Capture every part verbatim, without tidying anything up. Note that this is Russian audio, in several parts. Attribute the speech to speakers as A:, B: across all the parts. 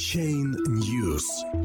A: Chain News.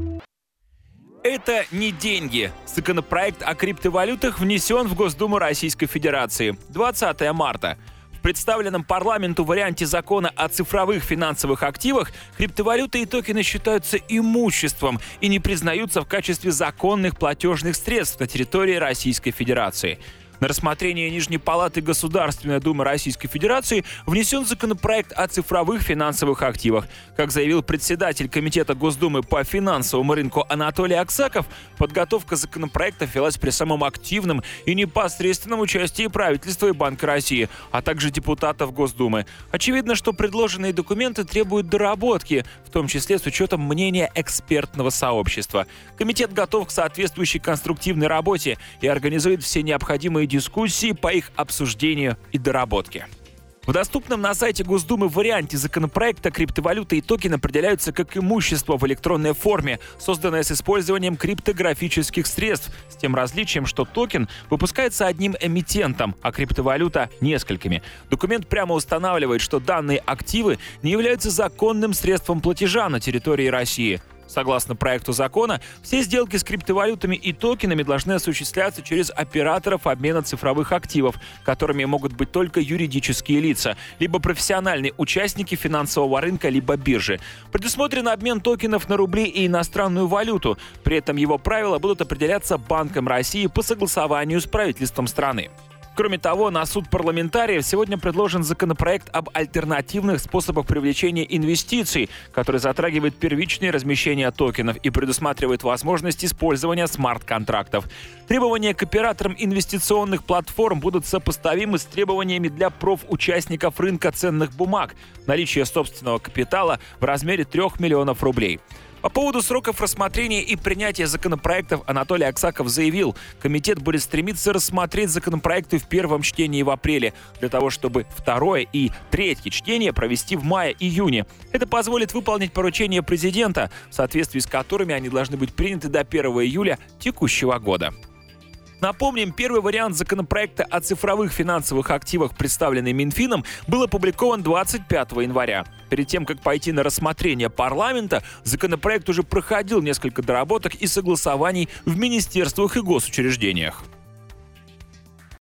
B: Это не деньги. Законопроект о криптовалютах внесен в Госдуму Российской Федерации. двадцатого марта. В представленном парламенту варианте закона о цифровых финансовых активах криптовалюты и токены считаются имуществом и не признаются в качестве законных платежных средств на территории Российской Федерации. На рассмотрение Нижней палаты Государственной Думы Российской Федерации внесен законопроект о цифровых финансовых активах. Как заявил председатель Комитета Госдумы по финансовому рынку Анатолий Аксаков, подготовка законопроекта велась при самом активном и непосредственном участии правительства и Банка России, а также депутатов Госдумы. Очевидно, что предложенные документы требуют доработки, в том числе с учетом мнения экспертного сообщества. Комитет готов к соответствующей конструктивной работе и организует все необходимые дискуссии по их обсуждению и доработке. В доступном на сайте Госдумы варианте законопроекта криптовалюты и токены определяются как имущество в электронной форме, созданное с использованием криптографических средств, с тем различием, что токен выпускается одним эмитентом, а криптовалюта — несколькими. Документ прямо устанавливает, что данные активы не являются законным средством платежа на территории России. Согласно проекту закона, все сделки с криптовалютами и токенами должны осуществляться через операторов обмена цифровых активов, которыми могут быть только юридические лица, либо профессиональные участники финансового рынка, либо биржи. Предусмотрен обмен токенов на рубли и иностранную валюту. При этом его правила будут определяться Банком России по согласованию с правительством страны. Кроме того, на суд парламентариев сегодня предложен законопроект об альтернативных способах привлечения инвестиций, который затрагивает первичное размещение токенов и предусматривает возможность использования смарт-контрактов. Требования к операторам инвестиционных платформ будут сопоставимы с требованиями для профучастников рынка ценных бумаг, наличие собственного капитала в размере трех миллионов рублей. По поводу сроков рассмотрения и принятия законопроектов Анатолий Аксаков заявил, комитет будет стремиться рассмотреть законопроекты в первом чтении в апреле, для того, чтобы второе и третье чтение провести в мае-июне. Это позволит выполнить поручения президента, в соответствии с которыми они должны быть приняты до первого июля текущего года. Напомним, первый вариант законопроекта о цифровых финансовых активах, представленный Минфином, был опубликован двадцать пятого января. Перед тем, как пойти на рассмотрение парламента, законопроект уже проходил несколько доработок и согласований в министерствах и госучреждениях.